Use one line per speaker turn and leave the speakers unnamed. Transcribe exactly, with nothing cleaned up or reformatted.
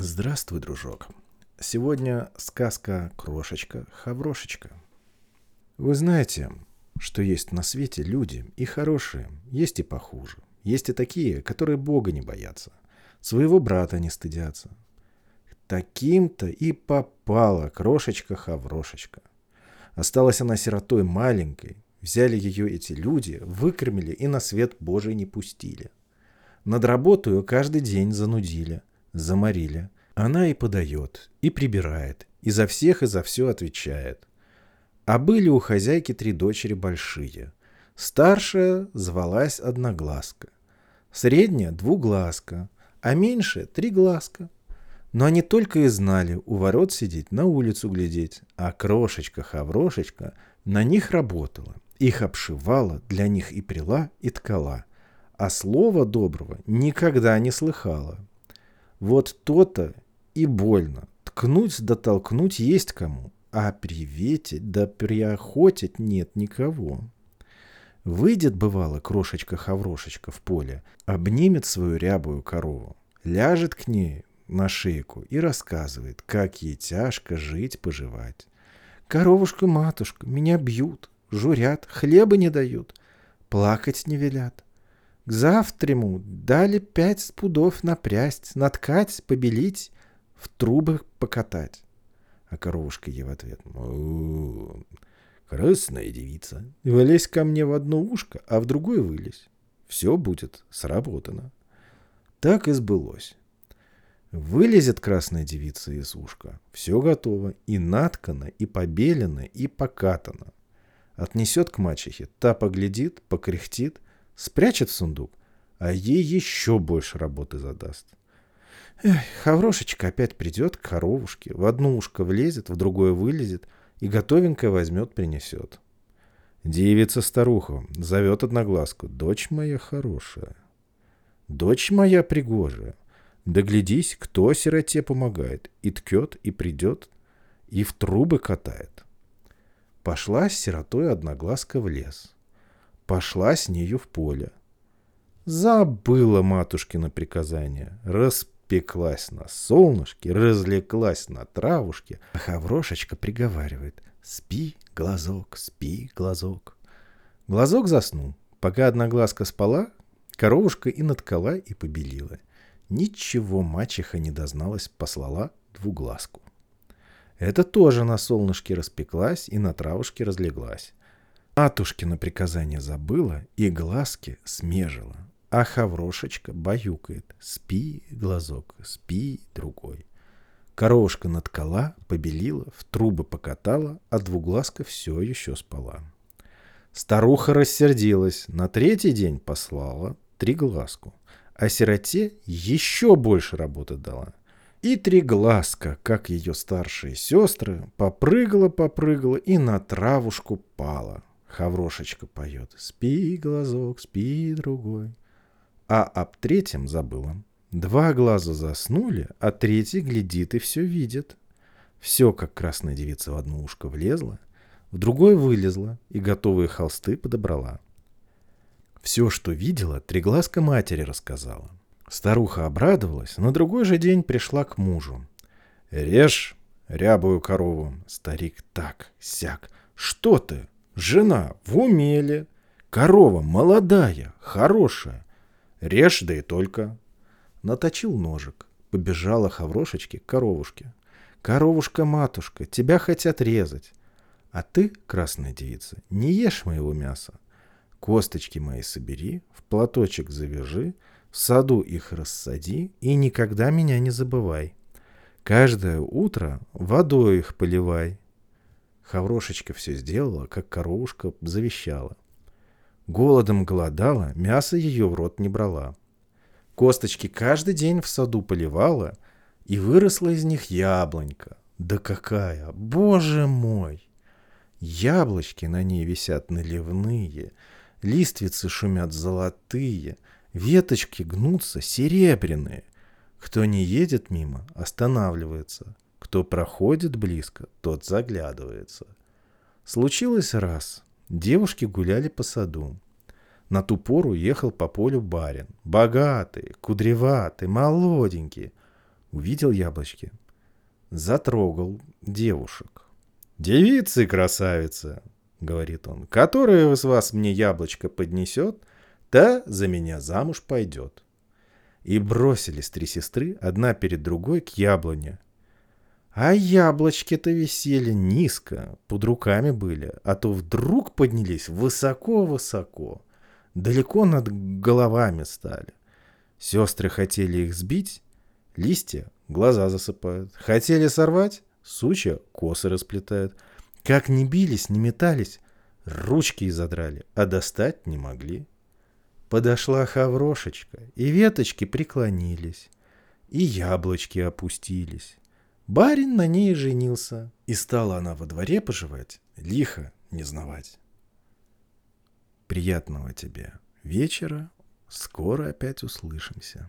Здравствуй, дружок. Сегодня сказка «Крошечка-хаврошечка». Вы знаете, что есть на свете люди и хорошие, есть и похуже. Есть и такие, которые Бога не боятся, своего брата не стыдятся. Таким-то и попала крошечка-хаврошечка. Осталась она сиротой маленькой, взяли ее эти люди, выкормили и на свет Божий не пустили. Над работу ее каждый день занудили, заморили. Она и подает, и прибирает, и за всех и за все отвечает. А были у хозяйки три дочери большие. Старшая звалась Одноглазка, средняя — Двуглазка, а меньшая — Триглазка. Но они только и знали у ворот сидеть, на улицу глядеть, а крошечка-хаврошечка на них работала, их обшивала, для них и пряла, и ткала, а слова доброго никогда не слыхала. Вот то-то и больно. Ткнуть да толкнуть есть кому, а приветить да приохотить нет никого. Выйдет, бывало, крошечка-хаврошечка в поле, обнимет свою рябую корову, ляжет к ней на шейку и рассказывает, как ей тяжко жить-поживать. «Коровушка-матушка, меня бьют, журят, хлеба не дают, плакать не велят. К завтраму дали пять пудов напрясть, наткать, побелить, в трубы покатать». А коровушка ей в ответ: «О, красная девица, вылезь ко мне в одно ушко, а в другое вылезь. Все будет сработано». Так и сбылось. Вылезет красная девица из ушка, все готово, и наткано, и побелено, и покатано. Отнесет к мачехе, та поглядит, покряхтит, спрячет в сундук, а ей еще больше работы задаст. Эх, хаврошечка опять придет к коровушке, в одно ушко влезет, в другое вылезет и готовенькое возьмет, принесет. Девица-старуха зовет Одноглазку: «Дочь моя хорошая, дочь моя пригожая, доглядись, кто сироте помогает, и ткет, и придет, и в трубы катает». Пошла с сиротой Одноглазка в лес. Пошла с нею в поле. Забыла матушкино приказание, распеклась на солнышке, разлеглась на травушке, а хаврошечка приговаривает: «Спи, глазок, спи, глазок». Глазок заснул. Пока Одноглазка спала, коровушка и наткала, и побелила. Ничего мачеха не дозналась, послала Двуглазку. Это тоже на солнышке распеклась и на травушке разлеглась. Матушкино приказание забыла и глазки смежила, а хаврошечка баюкает: «Спи, глазок, спи, другой». Коровушка наткала, побелила, в трубы покатала, а Двуглазка все еще спала. Старуха рассердилась, на третий день послала Триглазку, а сироте еще больше работы дала. И Триглазка, как ее старшие сестры, попрыгала-попрыгала и на травушку пала. Хаврошечка поет: «Спи, глазок, спи, другой». А об третьем забыла. Два глаза заснули, а третий глядит и все видит. Все, как красная девица в одно ушко влезла, в другое вылезла и готовые холсты подобрала. Все, что видела, Триглазка матери рассказала. Старуха обрадовалась, на другой же день пришла к мужу. «Режь рябую корову». Старик так, сяк: «Что ты? Жена в уме ли? Корова молодая, хорошая. Режь, да и только». Наточил ножик. Побежала хаврошечке к коровушке. «Коровушка-матушка, тебя хотят резать. А ты, красная девица, не ешь моего мяса. Косточки мои собери, в платочек завяжи, в саду их рассади и никогда меня не забывай. Каждое утро водой их поливай». Хаврошечка все сделала, как коровушка завещала. Голодом голодала, мясо ее в рот не брала. Косточки каждый день в саду поливала, и выросла из них яблонька. Да какая, боже мой! Яблочки на ней висят наливные, листвицы шумят золотые, веточки гнутся серебряные. Кто не едет мимо, останавливается. Кто проходит близко, тот заглядывается. Случилось раз. Девушки гуляли по саду. На ту пору ехал по полю барин. Богатый, кудреватый, молоденький. Увидел яблочки, затрогал девушек. «Девицы, красавицы!» — говорит он. «Которая из вас мне яблочко поднесет, та за меня замуж пойдет». И бросились три сестры, одна перед другой, к яблоне. А яблочки-то висели низко, под руками были, а то вдруг поднялись высоко-высоко, далеко над головами стали. Сестры хотели их сбить, листья глаза засыпают. Хотели сорвать, сучья косы расплетают. Как ни бились, ни метались, ручки изодрали, а достать не могли. Подошла Хаврошечка, и веточки преклонились, и яблочки опустились. Барин на ней женился, и стала она во дворе поживать, лихо не знавать. Приятного тебе вечера, скоро опять услышимся.